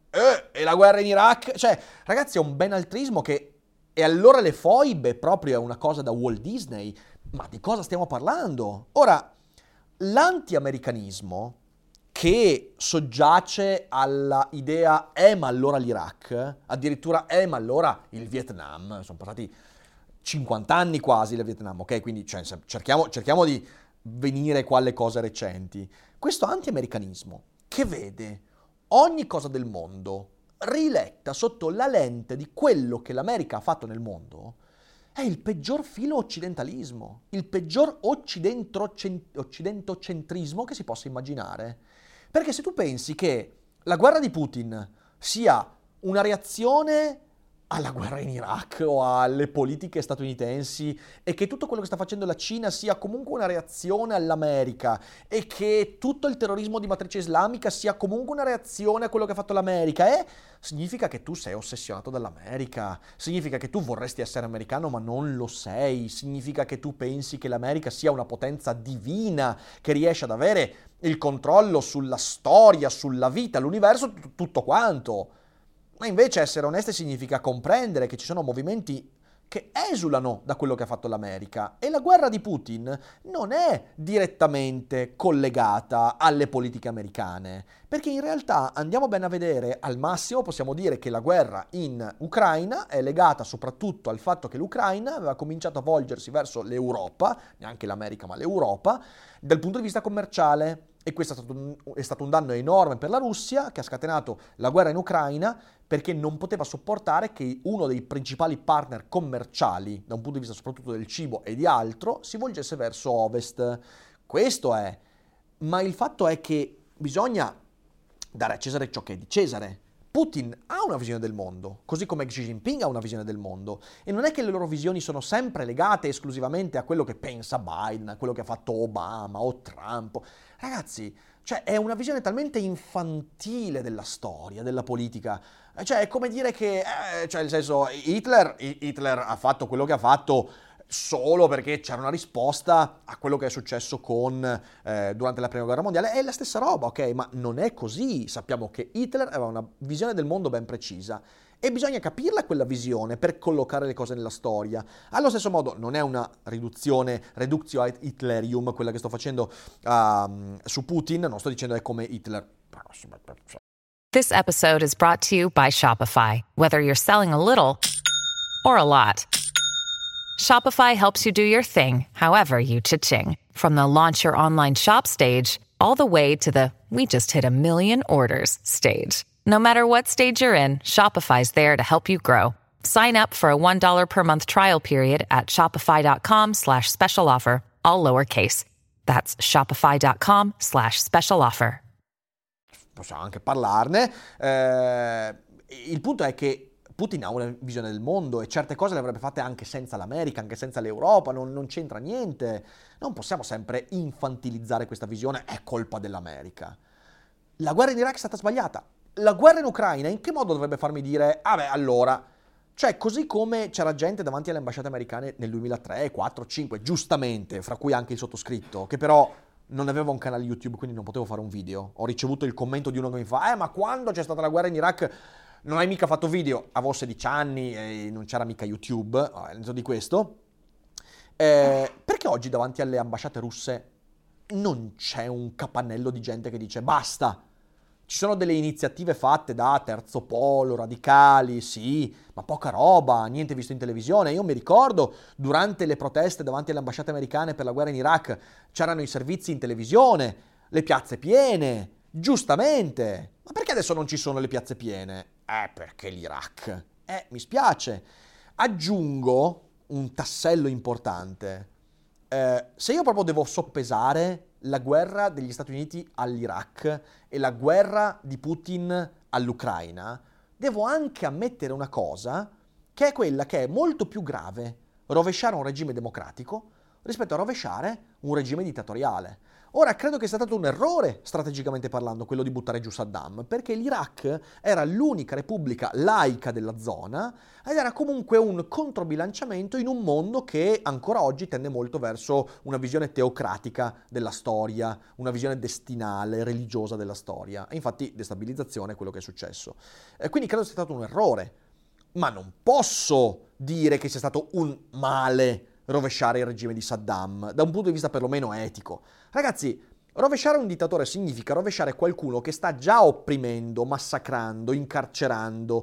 e la guerra in Iraq? Cioè, ragazzi, è un benaltrismo che... E allora le foibe proprio è una cosa da Walt Disney. Ma di cosa stiamo parlando? Ora, l'anti-americanismo che soggiace alla idea ma allora l'Iraq, addirittura ma allora il Vietnam, sono passati 50 anni quasi del Vietnam, ok? Quindi cioè, cerchiamo di venire qua alle cose recenti. Questo anti-americanismo che vede ogni cosa del mondo riletta sotto la lente di quello che l'America ha fatto nel mondo è il peggior filo occidentalismo, il peggior occidentocentrismo che si possa immaginare. Perché se tu pensi che la guerra di Putin sia una reazione alla guerra in Iraq o alle politiche statunitensi e che tutto quello che sta facendo la Cina sia comunque una reazione all'America e che tutto il terrorismo di matrice islamica sia comunque una reazione a quello che ha fatto l'America, significa che tu sei ossessionato dall'America, significa che tu vorresti essere americano ma non lo sei, significa che tu pensi che l'America sia una potenza divina che riesce ad avere il controllo sulla storia, sulla vita, l'universo, tutto quanto. Ma invece essere onesti significa comprendere che ci sono movimenti che esulano da quello che ha fatto l'America e la guerra di Putin non è direttamente collegata alle politiche americane, perché in realtà andiamo bene a vedere, al massimo possiamo dire che la guerra in Ucraina è legata soprattutto al fatto che l'Ucraina aveva cominciato a volgersi verso l'Europa, neanche l'America ma l'Europa, dal punto di vista commerciale. E questo è stato un danno enorme per la Russia, che ha scatenato la guerra in Ucraina, perché non poteva sopportare che uno dei principali partner commerciali, da un punto di vista soprattutto del cibo e di altro, si volgesse verso ovest. Questo è. Ma il fatto è che bisogna dare a Cesare ciò che è di Cesare. Putin ha una visione del mondo, così come Xi Jinping ha una visione del mondo. E non è che le loro visioni sono sempre legate esclusivamente a quello che pensa Biden, a quello che ha fatto Obama o Trump. Ragazzi, cioè è una visione talmente infantile della storia, della politica. Cioè è come dire che, cioè nel senso, Hitler ha fatto quello che ha fatto solo perché c'era una risposta a quello che è successo durante la Prima Guerra Mondiale. È la stessa roba, ok? Ma non è così. Sappiamo che Hitler aveva una visione del mondo ben precisa e bisogna capirla quella visione per collocare le cose nella storia. Allo stesso modo non è una reductio ad Hitlerium quella che sto facendo su Putin, non sto dicendo è come Hitler. This episode is brought to you by Shopify. Whether you're selling a little or a lot, Shopify helps you do your thing, however you cha-ching. From the launch your online shop stage, all the way to the we just hit 1 million orders stage. No matter what stage you're in, Shopify's there to help you grow. Sign up for a $1 per month trial period at shopify.com/special offer, all lowercase. That's shopify.com/special offer. Possiamo anche parlarne. Il punto è che Putin ha una visione del mondo e certe cose le avrebbe fatte anche senza l'America, anche senza l'Europa, non c'entra niente. Non possiamo sempre infantilizzare questa visione, è colpa dell'America. La guerra in Iraq è stata sbagliata. La guerra in Ucraina in che modo dovrebbe farmi dire, allora, cioè così come c'era gente davanti alle ambasciate americane nel 2003, 4, 5, giustamente, fra cui anche il sottoscritto, che però non aveva un canale YouTube, quindi non potevo fare un video. Ho ricevuto il commento di uno che mi fa, ma quando c'è stata la guerra in Iraq non hai mica fatto video? Avevo 16 anni e non c'era mica YouTube, di questo. Perché oggi davanti alle ambasciate russe non c'è un capannello di gente che dice basta? Ci sono delle iniziative fatte da Terzo Polo, radicali, sì, ma poca roba, niente visto in televisione. Io mi ricordo, durante le proteste davanti alle ambasciate americane per la guerra in Iraq, c'erano i servizi in televisione, le piazze piene, giustamente. Ma perché adesso non ci sono le piazze piene? Perché l'Iraq. Mi spiace. Aggiungo un tassello importante. Se io proprio devo soppesare la guerra degli Stati Uniti all'Iraq e la guerra di Putin all'Ucraina, devo anche ammettere una cosa, che è quella che è molto più grave rovesciare un regime democratico rispetto a rovesciare un regime dittatoriale. Ora, credo che sia stato un errore, strategicamente parlando, quello di buttare giù Saddam, perché l'Iraq era l'unica repubblica laica della zona ed era comunque un controbilanciamento in un mondo che ancora oggi tende molto verso una visione teocratica della storia, una visione destinale, religiosa della storia. E infatti destabilizzazione è quello che è successo. Quindi credo sia stato un errore, ma non posso dire che sia stato un male rovesciare il regime di Saddam, da un punto di vista perlomeno etico. Ragazzi, rovesciare un dittatore significa rovesciare qualcuno che sta già opprimendo, massacrando, incarcerando,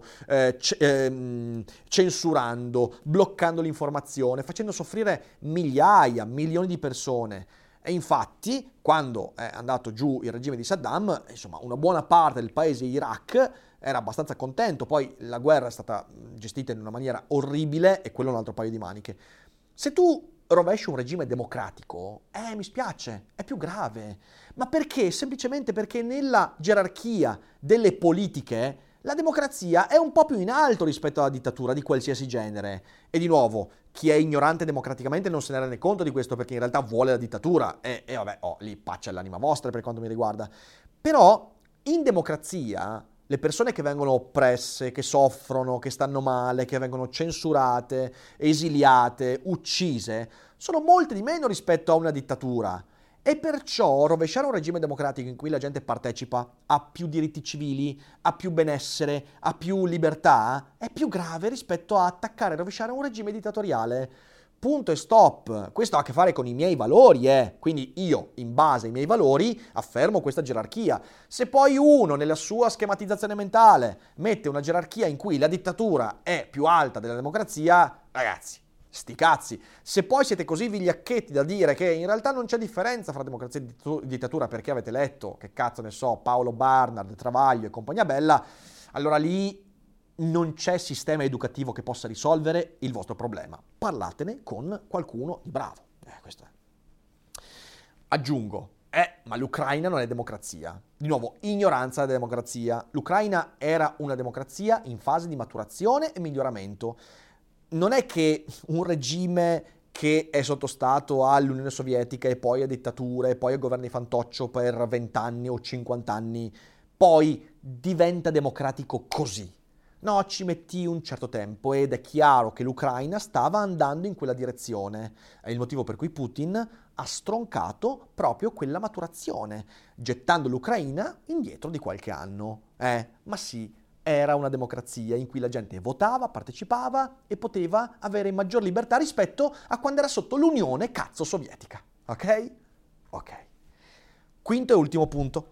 censurando, bloccando l'informazione, facendo soffrire migliaia, milioni di persone. E infatti, quando è andato giù il regime di Saddam, insomma, una buona parte del paese Iraq era abbastanza contento. Poi la guerra è stata gestita in una maniera orribile e quello è un altro paio di maniche. Se tu rovesci un regime democratico, mi spiace, è più grave. Ma perché? Semplicemente perché nella gerarchia delle politiche la democrazia è un po' più in alto rispetto alla dittatura di qualsiasi genere. E di nuovo, chi è ignorante democraticamente non se ne rende conto di questo perché in realtà vuole la dittatura. E vabbè, lì pace all'anima vostra per quanto mi riguarda. Però in democrazia le persone che vengono oppresse, che soffrono, che stanno male, che vengono censurate, esiliate, uccise, sono molte di meno rispetto a una dittatura. E perciò rovesciare un regime democratico in cui la gente partecipa, ha più diritti civili, ha più benessere, ha più libertà, è più grave rispetto a attaccare e rovesciare un regime dittatoriale. Punto e stop. Questo ha a che fare con i miei valori, quindi io, in base ai miei valori, affermo questa gerarchia. Se poi uno, nella sua schematizzazione mentale, mette una gerarchia in cui la dittatura è più alta della democrazia, ragazzi, sti cazzi. Se poi siete così vigliacchetti da dire che in realtà non c'è differenza fra democrazia e dittatura perché avete letto, che cazzo ne so, Paolo Barnard, Travaglio e compagnia bella, allora lì non c'è sistema educativo che possa risolvere il vostro problema. Parlatene con qualcuno di bravo. Questo è. Aggiungo, ma l'Ucraina non è democrazia. Di nuovo, ignoranza della democrazia. L'Ucraina era una democrazia in fase di maturazione e miglioramento. Non è che un regime che è sottostato all'Unione Sovietica e poi a dittature e poi a governi fantoccio per 20 anni o 50 anni, poi diventa democratico così. No, ci metti un certo tempo ed è chiaro che l'Ucraina stava andando in quella direzione. È il motivo per cui Putin ha stroncato proprio quella maturazione, gettando l'Ucraina indietro di qualche anno. Ma sì, era una democrazia in cui la gente votava, partecipava e poteva avere maggior libertà rispetto a quando era sotto l'Unione cazzo sovietica. Ok? Ok. Quinto e ultimo punto.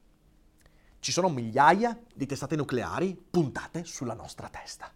Ci sono migliaia di testate nucleari puntate sulla nostra testa.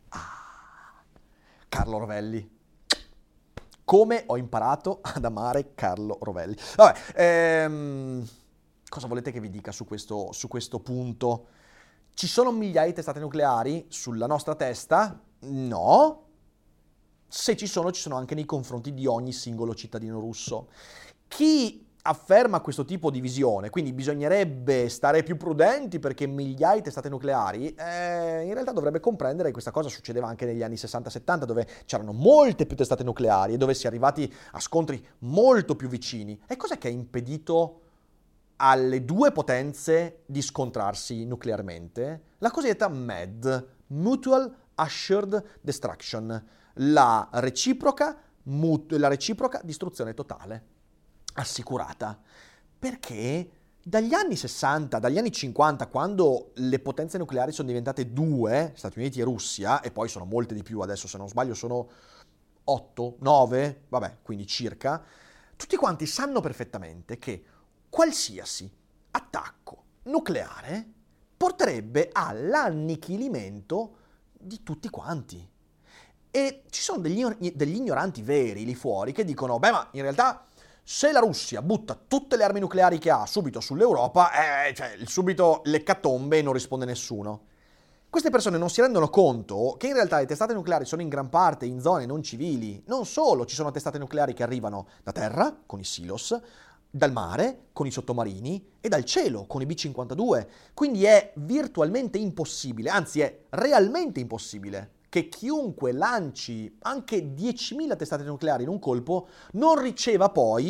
Carlo Rovelli. Come ho imparato ad amare Carlo Rovelli. Vabbè, cosa volete che vi dica su questo punto? Ci sono migliaia di testate nucleari sulla nostra testa? No. Se ci sono anche nei confronti di ogni singolo cittadino russo. Chi afferma questo tipo di visione, quindi bisognerebbe stare più prudenti perché migliaia di testate nucleari, in realtà dovrebbe comprendere che questa cosa succedeva anche negli anni 60-70 dove c'erano molte più testate nucleari e dove si è arrivati a scontri molto più vicini. E cos'è che ha impedito alle due potenze di scontrarsi nuclearmente? La cosiddetta MAD, Mutual Assured Destruction, la reciproca distruzione totale. Assicurata, perché dagli anni 60, dagli anni 50, quando le potenze nucleari sono diventate due, Stati Uniti e Russia, e poi sono molte di più, adesso se non sbaglio sono 8, 9, vabbè, quindi circa, tutti quanti sanno perfettamente che qualsiasi attacco nucleare porterebbe all'annichilimento di tutti quanti. E ci sono degli ignoranti veri lì fuori che dicono, ma in realtà se la Russia butta tutte le armi nucleari che ha subito sull'Europa, subito l'ecatombe e non risponde nessuno. Queste persone non si rendono conto che in realtà le testate nucleari sono in gran parte in zone non civili. Non solo, ci sono testate nucleari che arrivano da terra, con i silos, dal mare, con i sottomarini, e dal cielo, con i B-52. Quindi è virtualmente impossibile, anzi è realmente impossibile, che chiunque lanci anche 10.000 testate nucleari in un colpo non riceva poi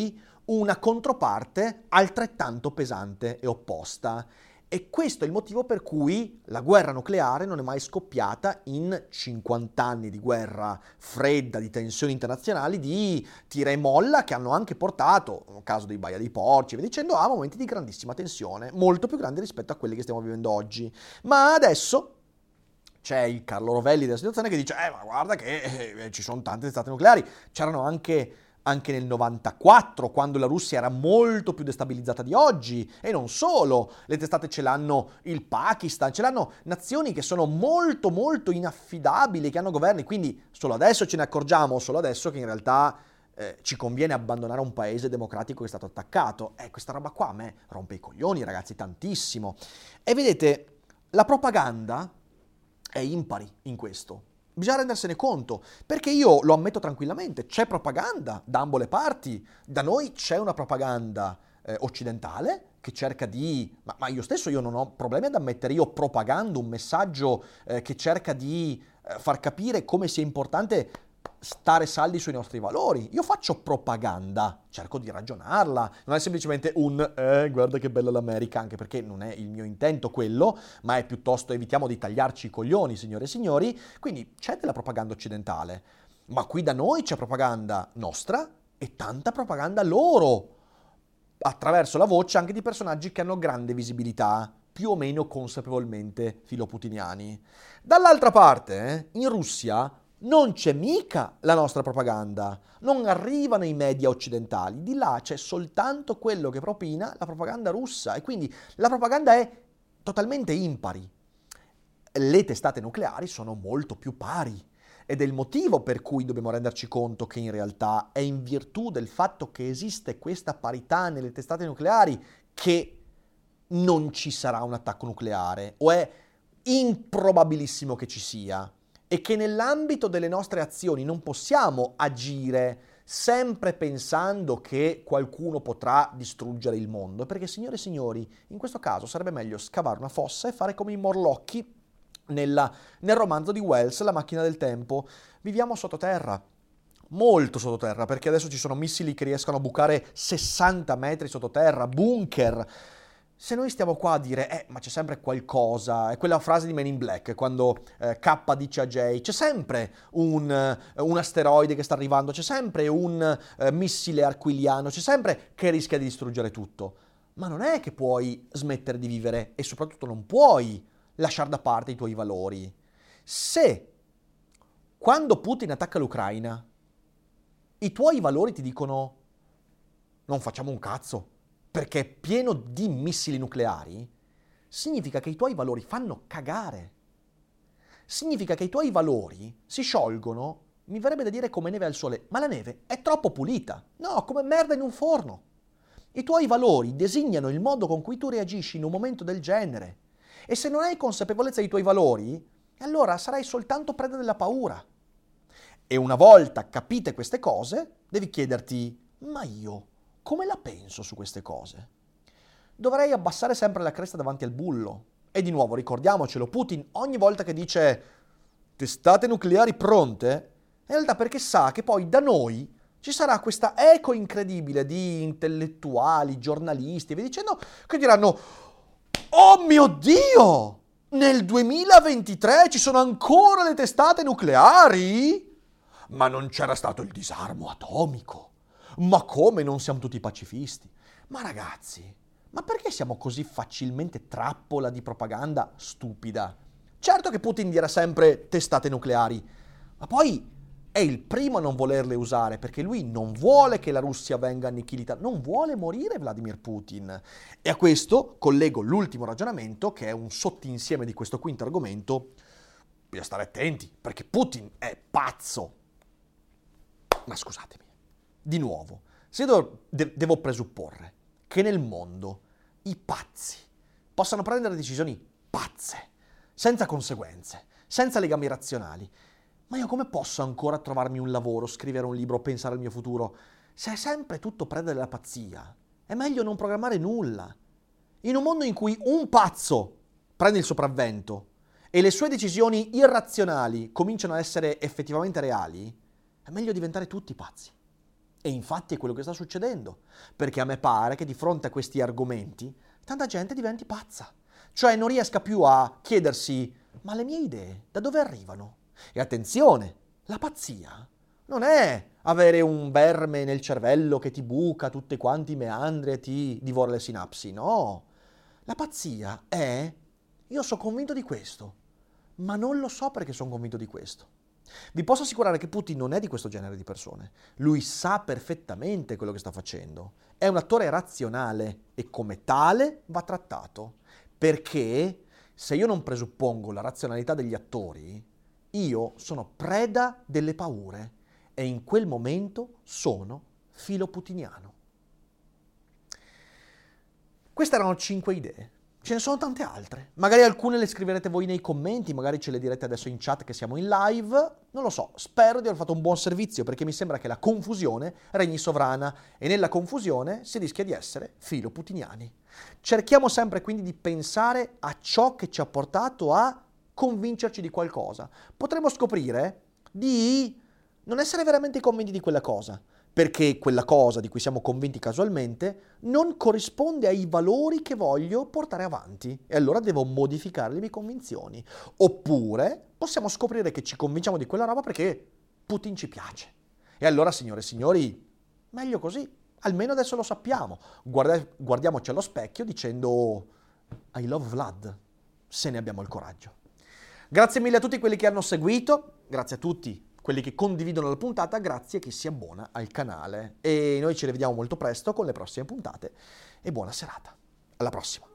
una controparte altrettanto pesante e opposta. E questo è il motivo per cui la guerra nucleare non è mai scoppiata in 50 anni di guerra fredda, di tensioni internazionali, di tira e molla che hanno anche portato, nel caso dei Baia dei Porci, via dicendo, a momenti di grandissima tensione, molto più grandi rispetto a quelli che stiamo vivendo oggi. Ma adesso c'è il Carlo Rovelli della situazione che dice ma guarda che ci sono tante testate nucleari, c'erano anche nel 94, quando la Russia era molto più destabilizzata di oggi, e non solo, le testate ce l'hanno il Pakistan, ce l'hanno nazioni che sono molto molto inaffidabili, che hanno governi, quindi solo adesso ce ne accorgiamo, solo adesso che in realtà ci conviene abbandonare un paese democratico che è stato attaccato. Questa roba qua a me rompe i coglioni, ragazzi, tantissimo. E vedete, la propaganda è impari in questo. Bisogna rendersene conto, perché io lo ammetto tranquillamente, c'è propaganda da ambo le parti. Da noi c'è una propaganda occidentale che cerca di... Ma io stesso non ho problemi ad ammettere, io propagando un messaggio che cerca di far capire come sia importante stare saldi sui nostri valori. Io faccio propaganda, cerco di ragionarla, non è semplicemente guarda che bella l'America, anche perché non è il mio intento quello, ma è piuttosto evitiamo di tagliarci i coglioni, signore e signori. Quindi c'è della propaganda occidentale, ma qui da noi c'è propaganda nostra e tanta propaganda loro, attraverso la voce anche di personaggi che hanno grande visibilità, più o meno consapevolmente filoputiniani. Dall'altra parte, in Russia non c'è mica la nostra propaganda, non arrivano i media occidentali, di là c'è soltanto quello che propina la propaganda russa, e quindi la propaganda è totalmente impari. Le testate nucleari sono molto più pari, ed è il motivo per cui dobbiamo renderci conto che in realtà è in virtù del fatto che esiste questa parità nelle testate nucleari che non ci sarà un attacco nucleare, o è improbabilissimo che ci sia. E che nell'ambito delle nostre azioni non possiamo agire sempre pensando che qualcuno potrà distruggere il mondo, perché, signore e signori, in questo caso sarebbe meglio scavare una fossa e fare come i Morlocchi nel romanzo di Wells, La macchina del tempo. Viviamo sottoterra, molto sottoterra, perché adesso ci sono missili che riescono a bucare 60 metri sottoterra, bunker. Se noi stiamo qua a dire, ma c'è sempre qualcosa, è quella frase di Men in Black, quando K dice a J, c'è sempre un asteroide che sta arrivando, c'è sempre un missile arquiliano, c'è sempre che rischia di distruggere tutto. Ma non è che puoi smettere di vivere, e soprattutto non puoi lasciare da parte i tuoi valori. Se, quando Putin attacca l'Ucraina, i tuoi valori ti dicono, non facciamo un cazzo, perché è pieno di missili nucleari, significa che i tuoi valori fanno cagare. Significa che i tuoi valori si sciolgono, mi verrebbe da dire come neve al sole, ma la neve è troppo pulita. No, come merda in un forno. I tuoi valori designano il modo con cui tu reagisci in un momento del genere. E se non hai consapevolezza dei tuoi valori, allora sarai soltanto preda della paura. E una volta capite queste cose, devi chiederti, ma io come la penso su queste cose? Dovrei abbassare sempre la cresta davanti al bullo. E di nuovo, ricordiamocelo, Putin ogni volta che dice testate nucleari pronte, in realtà perché sa che poi da noi ci sarà questa eco incredibile di intellettuali, giornalisti, e via dicendo, che diranno oh mio Dio, nel 2023 ci sono ancora le testate nucleari? Ma non c'era stato il disarmo atomico? Ma come, non siamo tutti pacifisti? Ma ragazzi, ma perché siamo così facilmente trappola di propaganda stupida? Certo che Putin dirà sempre testate nucleari, ma poi è il primo a non volerle usare, perché lui non vuole che la Russia venga annichilita, non vuole morire Vladimir Putin. E a questo collego l'ultimo ragionamento, che è un sottinsieme di questo quinto argomento. Bisogna stare attenti, perché Putin è pazzo. Ma scusatemi. Di nuovo, se devo presupporre che nel mondo i pazzi possano prendere decisioni pazze, senza conseguenze, senza legami razionali, ma io come posso ancora trovarmi un lavoro, scrivere un libro, pensare al mio futuro? Se è sempre tutto preda della pazzia, è meglio non programmare nulla. In un mondo in cui un pazzo prende il sopravvento e le sue decisioni irrazionali cominciano a essere effettivamente reali, è meglio diventare tutti pazzi. E infatti è quello che sta succedendo, perché a me pare che di fronte a questi argomenti tanta gente diventi pazza, cioè non riesca più a chiedersi ma le mie idee da dove arrivano? E attenzione, la pazzia non è avere un verme nel cervello che ti buca tutti quanti i meandri e ti divora le sinapsi, no. La pazzia è io sono convinto di questo, ma non lo so perché sono convinto di questo. Vi posso assicurare che Putin non è di questo genere di persone. Lui sa perfettamente quello che sta facendo. È un attore razionale e come tale va trattato. Perché se io non presuppongo la razionalità degli attori, io sono preda delle paure e in quel momento sono filoputiniano. Queste erano 5 idee. Ce ne sono tante altre. Magari alcune le scriverete voi nei commenti, magari ce le direte adesso in chat che siamo in live. Non lo so, spero di aver fatto un buon servizio perché mi sembra che la confusione regni sovrana e nella confusione si rischia di essere filoputiniani. Cerchiamo sempre quindi di pensare a ciò che ci ha portato a convincerci di qualcosa. Potremmo scoprire di non essere veramente convinti di quella cosa, perché quella cosa di cui siamo convinti casualmente non corrisponde ai valori che voglio portare avanti e allora devo modificare le mie convinzioni. Oppure possiamo scoprire che ci convinciamo di quella roba perché Putin ci piace. E allora, signore e signori, meglio così. Almeno adesso lo sappiamo. Guardiamoci allo specchio dicendo I love Vlad, se ne abbiamo il coraggio. Grazie mille a tutti quelli che hanno seguito, grazie a tutti quelli che condividono la puntata, grazie a chi si abbona al canale. E noi ci rivediamo molto presto con le prossime puntate e buona serata. Alla prossima.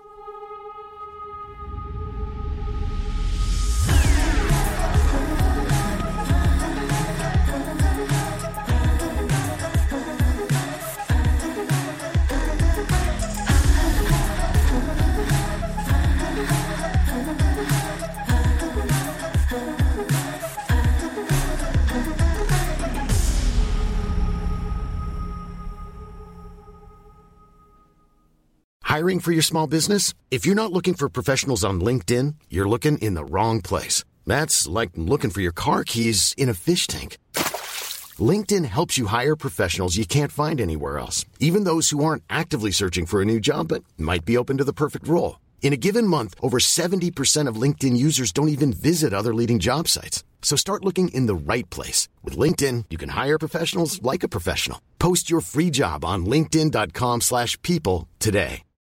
Hiring for your small business? If you're not looking for professionals on LinkedIn, you're looking in the wrong place. That's like looking for your car keys in a fish tank. LinkedIn helps you hire professionals you can't find anywhere else, even those who aren't actively searching for a new job but might be open to the perfect role. In a given month, over 70% of LinkedIn users don't even visit other leading job sites. So start looking in the right place. With LinkedIn, you can hire professionals like a professional. Post your free job on linkedin.com/people today.